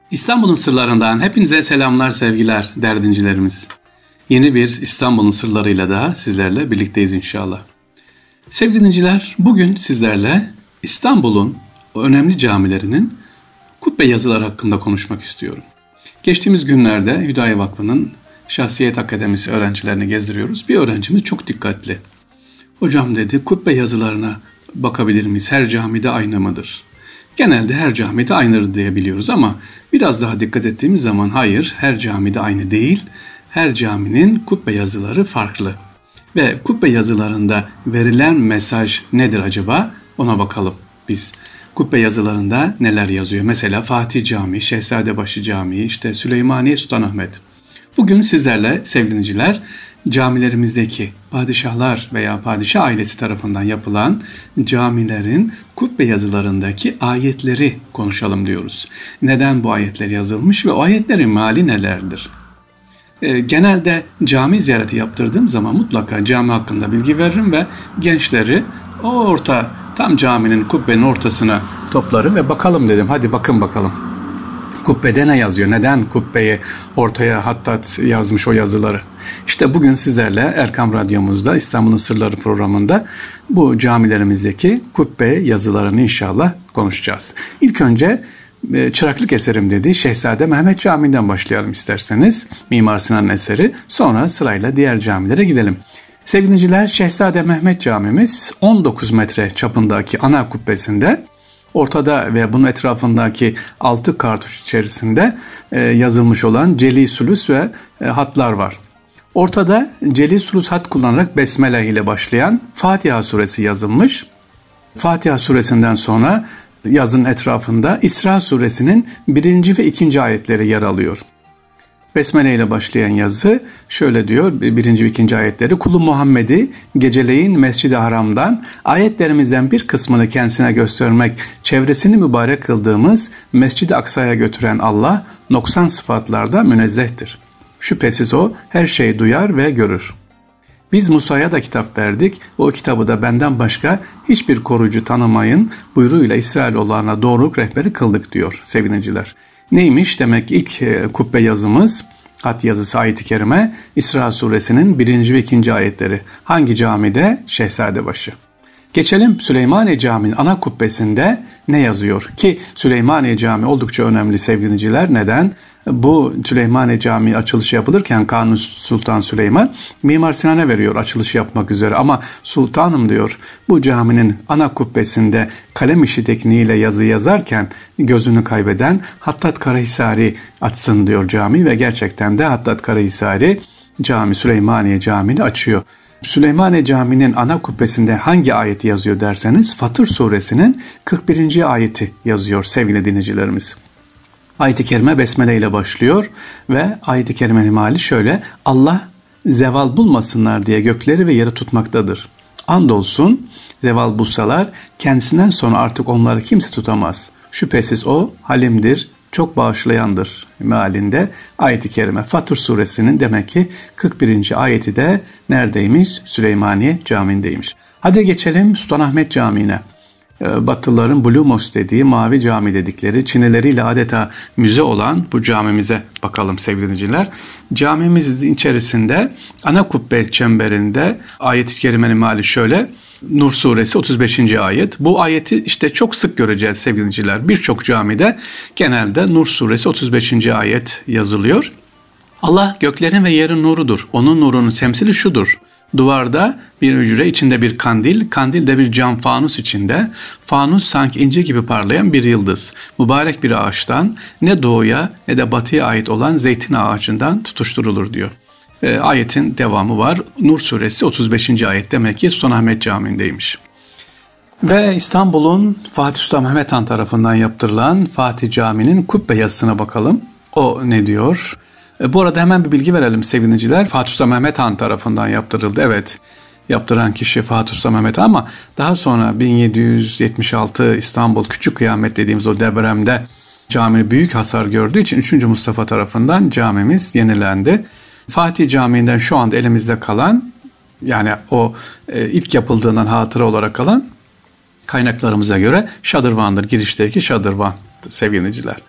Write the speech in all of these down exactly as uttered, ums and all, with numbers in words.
İstanbul'un sırlarından hepinize selamlar, sevgiler derdincilerimiz. Yeni bir İstanbul'un sırlarıyla daha sizlerle birlikteyiz inşallah. Sevgili dinleyiciler, bugün sizlerle İstanbul'un o önemli camilerinin kubbe yazıları hakkında konuşmak istiyorum. Geçtiğimiz günlerde Hüdayi Vakfı'nın Şahsiyet Akademisi öğrencilerini gezdiriyoruz. Bir öğrencimiz çok dikkatli. Hocam dedi, kubbe yazılarına bakabilir miyiz? Her camide aynı mıdır? Genelde her camide aynıdır diye biliyoruz ama biraz daha dikkat ettiğimiz zaman hayır, her camide aynı değil. Her caminin kubbe yazıları farklı. Ve kubbe yazılarında verilen mesaj nedir acaba? Ona bakalım biz. Kubbe yazılarında neler yazıyor? Mesela Fatih Camii, Şehzadebaşı Camii, işte Süleymaniye Sultanahmet. Bugün sizlerle sevgili dinleyiciler, camilerimizdeki padişahlar veya padişah ailesi tarafından yapılan camilerin kubbe yazılarındaki ayetleri konuşalım diyoruz. Neden bu ayetler yazılmış ve o ayetlerin meali nelerdir? E, genelde cami ziyareti yaptırdığım zaman mutlaka cami hakkında bilgi veririm ve gençleri o orta tam caminin kubbenin ortasına toplarım ve bakalım dedim. Hadi bakın bakalım. Kubbede ne yazıyor? Neden kubbeyi ortaya hattat yazmış o yazıları? İşte bugün sizlerle Erkam Radyomuzda İstanbul'un Sırları programında bu camilerimizdeki kubbe yazılarını inşallah konuşacağız. İlk önce çıraklık eserim dediği Şehzade Mehmet Camii'nden başlayalım isterseniz. Mimar Sinan'ın eseri. Sonra sırayla diğer camilere gidelim. Sevgili dinleyiciler, Şehzade Mehmet Camimiz on dokuz metre çapındaki ana kubbesinde, ortada ve bunun etrafındaki altı kartuş içerisinde e, yazılmış olan celi sulus ve e, hatlar var. Ortada celi sulus hat kullanarak Besmele ile başlayan Fatiha suresi yazılmış. Fatiha suresinden sonra yazının etrafında İsra suresinin birinci ve ikinci ayetleri yer alıyor. Besmele ile başlayan yazı şöyle diyor, birinci ve ikinci ayetleri: Kulu Muhammed'i geceleyin Mescid-i Haram'dan ayetlerimizden bir kısmını kendisine göstermek, çevresini mübarek kıldığımız Mescid-i Aksa'ya götüren Allah noksan sıfatlarda münezzehtir. Şüphesiz o her şeyi duyar ve görür. Biz Musa'ya da kitap verdik, o kitabı da benden başka hiçbir koruyucu tanımayın buyruğuyla İsrailoğullarına doğruluk rehberi kıldık diyor sevgili dinleyiciler. Neymiş? Demek ki ilk kubbe yazımız, hat yazısı ayet-i kerime İsra suresinin birinci ve ikinci ayetleri. Hangi camide? Şehzadebaşı. Geçelim Süleymaniye Camii'nin ana kubbesinde ne yazıyor? Ki Süleymaniye Camii oldukça önemli sevgili dinleyiciler. Neden? Bu Süleymaniye Camii açılışı yapılırken Kanuni Sultan Süleyman Mimar Sinan'a veriyor açılışı yapmak üzere. Ama sultanım diyor, bu caminin ana kubbesinde kalem işi tekniğiyle yazı yazarken gözünü kaybeden Hattat Karahisari açsın diyor cami ve gerçekten de Hattat Karahisari Cami, Süleymaniye Camii'ni açıyor. Süleymaniye Camii'nin ana kubbesinde hangi ayeti yazıyor derseniz Fatır suresinin kırk birinci ayeti yazıyor sevgili dinleyicilerimiz. Ayet-i kerime Besmele ile başlıyor ve ayet-i kerimenin meali şöyle: Allah zeval bulmasınlar diye gökleri ve yeri tutmaktadır. Andolsun zeval bulsalar kendisinden sonra artık onları kimse tutamaz. Şüphesiz o halimdir, çok bağışlayandır mealinde ayet-i kerime. Fatır suresinin demek ki kırk birinci ayeti de neredeymiş? Süleymaniye Camii'ndeymiş. Hadi geçelim Sultanahmet Camii'ne. Batılıların Blue Mosque dediği, Mavi Cami dedikleri, çinileriyle adeta müze olan bu camimize bakalım sevgili dinleyiciler. Camimizin içerisinde ana kubbe çemberinde ayet-i kerimenin meali şöyle: Nur suresi otuz beşinci ayet. Bu ayeti işte çok sık göreceğiz sevgili dinleyiciler. Birçok camide genelde Nur suresi otuz beşinci ayet yazılıyor. Allah göklerin ve yerin nurudur. Onun nurunun temsili şudur: duvarda bir hücre, içinde bir kandil, kandil de bir cam fanus içinde. Fanus sanki inci gibi parlayan bir yıldız. Mübarek bir ağaçtan, ne doğuya ne de batıya ait olan zeytin ağacından tutuşturulur diyor. E, ayetin devamı var. Nur suresi otuz beşinci ayet demek ki Sultanahmet Camii'ndeymiş. Ve İstanbul'un Fatih Sultan Mehmet Han tarafından yaptırılan Fatih Camii'nin kubbe yazısına bakalım. O ne diyor? E, bu arada hemen bir bilgi verelim sevgili dinleyiciler. Fatih Sultan Mehmet Han tarafından yaptırıldı. Evet, yaptıran kişi Fatih Sultan Mehmet Han ama daha sonra bin yedi yüz yetmiş altı İstanbul Küçük Kıyamet dediğimiz o depremde cami büyük hasar gördüğü için üçüncü Mustafa tarafından camimiz yenilendi. Fatih Camii'nden şu anda elimizde kalan, yani o e, ilk yapıldığından hatıra olarak kalan kaynaklarımıza göre şadırvandır. Girişteki şadırvan sevgili dinleyiciler.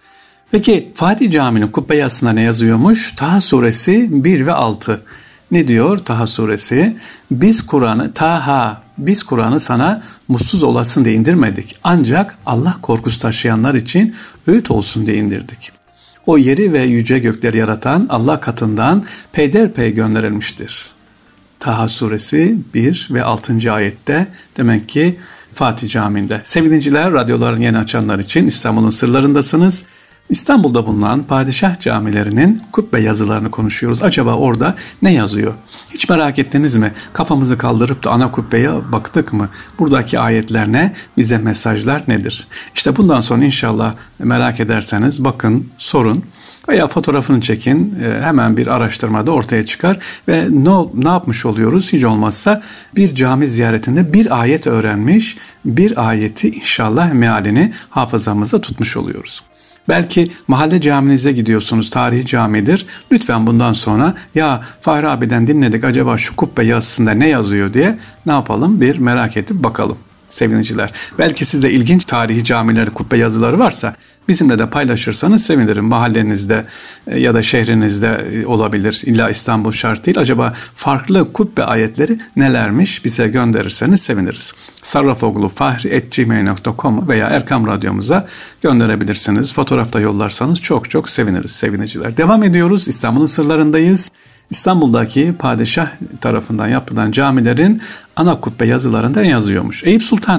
Peki Fatih Camii'nin kubbe yazısında ne yazıyormuş? Taha suresi bir ve altı. Ne diyor Taha suresi? Biz Kur'an'ı Taha, biz Kur'an'ı sana mutsuz olasın diye indirmedik. Ancak Allah korkusu taşıyanlar için öğüt olsun diye indirdik. O yeri ve yüce gökleri yaratan Allah katından peyderpey gönderilmiştir. Taha suresi bir ve altıncı ayette demek ki Fatih Camii'nde. Sevgili dinleyiciler, radyolarını yeni açanlar için İstanbul'un sırlarındasınız. İstanbul'da bulunan padişah camilerinin kubbe yazılarını konuşuyoruz. Acaba orada ne yazıyor? Hiç merak ettiniz mi? Kafamızı kaldırıp da ana kubbeye baktık mı? Buradaki ayetler ne? Bize mesajlar nedir? İşte bundan sonra inşallah merak ederseniz bakın, sorun veya fotoğrafını çekin. Hemen bir araştırmada ortaya çıkar ve ne, ne yapmış oluyoruz? Hiç olmazsa bir cami ziyaretinde bir ayet öğrenmiş, bir ayeti inşallah mealini hafızamızda tutmuş oluyoruz. Belki mahalle caminize gidiyorsunuz, tarihi camidir. Lütfen bundan sonra ya Fahri abiden dinledik, acaba şu kubbe yazısında ne yazıyor diye ne yapalım, bir merak edip bakalım sevgiliciler. Belki sizde ilginç tarihi camilerde kubbe yazıları varsa bizimle de paylaşırsanız sevinirim. Mahallenizde ya da şehrinizde olabilir. İlla İstanbul şart değil. Acaba farklı kubbe ayetleri nelermiş, bize gönderirseniz seviniriz. sarrafoglu fahri at gmail nokta com veya Erkam Radyomuza gönderebilirsiniz. Fotoğrafta yollarsanız çok çok seviniriz sevgiliciler. Devam ediyoruz. İstanbul'un sırlarındayız. İstanbul'daki padişah tarafından yapılan camilerin ana kubbe yazılarında ne yazıyormuş? Eyüp Sultan.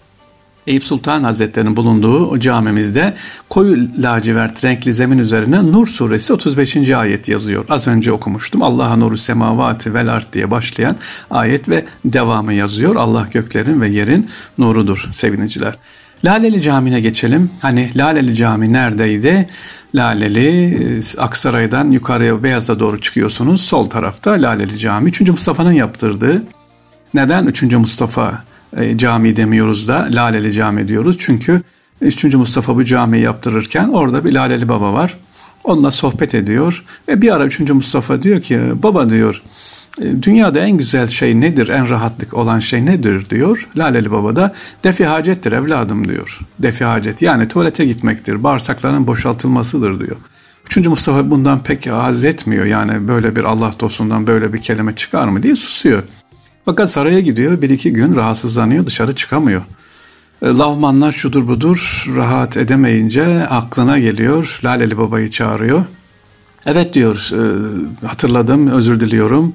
Eyüp Sultan Hazretleri'nin bulunduğu o camimizde koyu lacivert renkli zemin üzerine Nur suresi otuz beşinci ayet yazıyor. Az önce okumuştum. Allah'a nuru semavati vel art diye başlayan ayet ve devamı yazıyor. Allah göklerin ve yerin nurudur sevgiliciler. Laleli Camii'ne geçelim. Hani Laleli Camii neredeydi? Laleli, Aksaray'dan yukarıya Beyaz'a doğru çıkıyorsunuz. Sol tarafta Laleli Camii. üçüncü Mustafa'nın yaptırdığı. Neden üçüncü Mustafa Camii demiyoruz da Laleli Cami diyoruz? Çünkü üçüncü Mustafa bu camiyi yaptırırken orada bir Laleli Baba var. Onunla sohbet ediyor ve bir ara üçüncü Mustafa diyor ki, baba diyor, dünyada en güzel şey nedir, en rahatlık olan şey nedir diyor. Laleli Baba da defi hacettir evladım diyor. Defi hacet yani tuvalete gitmektir, bağırsakların boşaltılmasıdır diyor. üçüncü Mustafa bundan pek haz etmiyor, yani böyle bir Allah dostundan böyle bir kelime çıkar mı diye susuyor. Fakat saraya gidiyor, bir iki gün rahatsızlanıyor, dışarı çıkamıyor. Lavmanlar şudur budur rahat edemeyince aklına geliyor, Laleli Baba'yı çağırıyor. Evet diyor, hatırladım, özür diliyorum.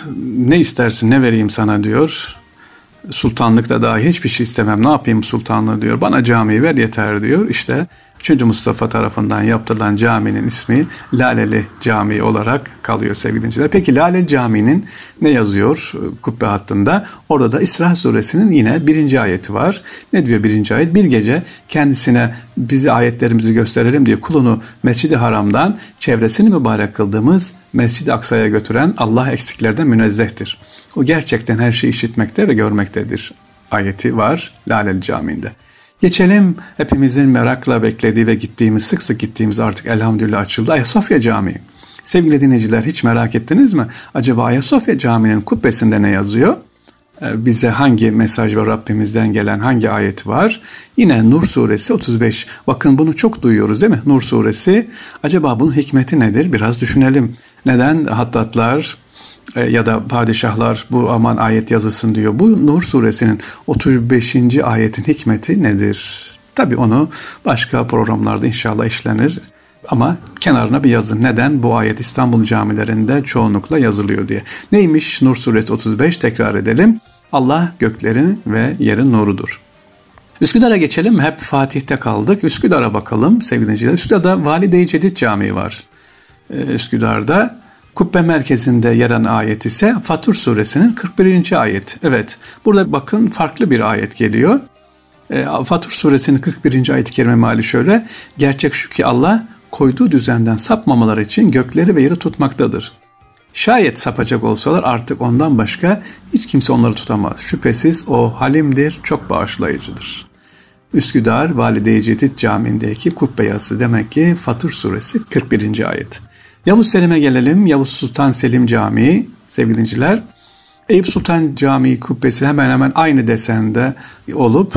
Ne istersin, ne vereyim sana diyor. Sultanlıkta dahi hiçbir şey istemem, ne yapayım sultanlığı diyor. Bana camiyi ver yeter diyor. İşte üçüncü Mustafa tarafından yaptırılan caminin ismi Laleli Camii olarak kalıyor sevgili dinleyiciler. Peki Laleli Camii'nin ne yazıyor kubbe hattında? Orada da İsra suresinin yine birinci ayeti var. Ne diyor birinci ayet? Bir gece kendisine bizi ayetlerimizi gösterelim diye kulunu Mescid-i Haram'dan çevresini mübarek kıldığımız Mescid-i Aksa'ya götüren Allah eksiklerden münezzehtir. O gerçekten her şeyi işitmekte ve görmektedir ayeti var Laleli Camii'nde. Geçelim hepimizin merakla beklediği ve gittiğimiz, sık sık gittiğimiz, artık elhamdülillah açıldı, Ayasofya Camii. Sevgili dinleyiciler, hiç merak ettiniz mi? Acaba Ayasofya Camii'nin kubbesinde ne yazıyor? Ee, bize hangi mesaj var, Rabbimizden gelen hangi ayet var? Yine Nur suresi otuz beş. Bakın bunu çok duyuyoruz değil mi? Nur suresi. Acaba bunun hikmeti nedir? Biraz düşünelim. Neden hattatlar ya da padişahlar bu aman ayet yazılsın diyor? Bu Nur suresinin otuz beşinci ayetin hikmeti nedir? Tabii onu başka programlarda inşallah işlenir. Ama kenarına bir yazın. Neden? Bu ayet İstanbul camilerinde çoğunlukla yazılıyor diye. Neymiş Nur suresi otuz beş? Tekrar edelim. Allah göklerin ve yerin nurudur. Üsküdar'a geçelim. Hep Fatih'te kaldık. Üsküdar'a bakalım sevgili dinleyiciler. Üsküdar'da Valide-i Cedid Camii var. Ee, Üsküdar'da. Kubbe merkezinde yer alan ayet ise Fatur suresinin kırk birinci ayet. Evet, burada bakın farklı bir ayet geliyor. E, Fatur suresinin kırk birinci ayet-i kerime meali şöyle. Gerçek şu ki Allah koyduğu düzenden sapmamaları için gökleri ve yeri tutmaktadır. Şayet sapacak olsalar artık ondan başka hiç kimse onları tutamaz. Şüphesiz o halimdir, çok bağışlayıcıdır. Üsküdar Valide-i Cedid Camii'ndeki kubbe yazısı demek ki Fatur suresi kırk birinci ayet. Yavuz Selim'e gelelim. Yavuz Sultan Selim Camii sevgili dinleyiciler. Eyüp Sultan Camii kubbesi hemen hemen aynı desende olup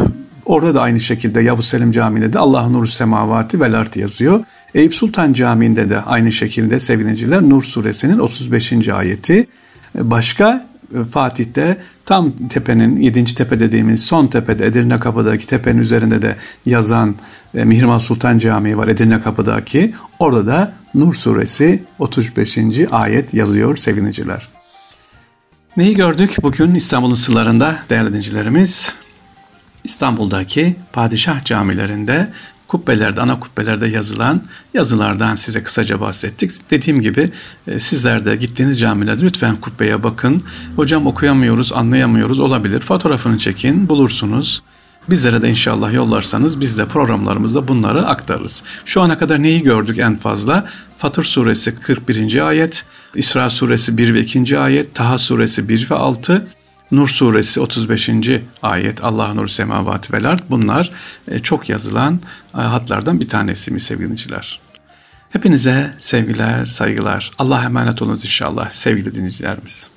Orada da aynı şekilde Yavuz Selim Camii'nde de Allah'ın nuru semavati vel ard yazıyor. Eyüp Sultan Camii'nde de aynı şekilde sevgiliciler Nur suresinin otuz beşinci ayeti. Başka Fatih'te tam tepenin, yedinci tepe dediğimiz son tepede, Edirne Kapı'daki tepenin üzerinde de yazan e, Mihrimah Sultan Camii var, Edirne Kapı'daki. Orada da Nur suresi otuz beşinci ayet yazıyor sevgiliciler. Neyi gördük bugün İstanbul'un sırlarında değerli dinleyicilerimiz? İstanbul'daki padişah camilerinde kubbelerde, ana kubbelerde yazılan yazılardan size kısaca bahsettik. Dediğim gibi sizler de gittiğiniz camilerde lütfen kubbeye bakın. Hocam okuyamıyoruz, anlayamıyoruz olabilir. Fotoğrafını çekin, bulursunuz. Bizlere de inşallah yollarsanız biz de programlarımızda bunları aktarırız. Şu ana kadar neyi gördük en fazla? Fatır suresi kırk birinci ayet, İsra suresi bir ve ikinci ayet, Taha suresi bir ve altı, Nur suresi otuz beşinci ayet, Allah'ın nuru semavati vel ard. Bunlar çok yazılan hatlardan bir tanesi mi sevgili dinleyiciler? Hepinize sevgiler, saygılar. Allah'a emanet olunuz inşallah sevgili dinleyicilerimiz.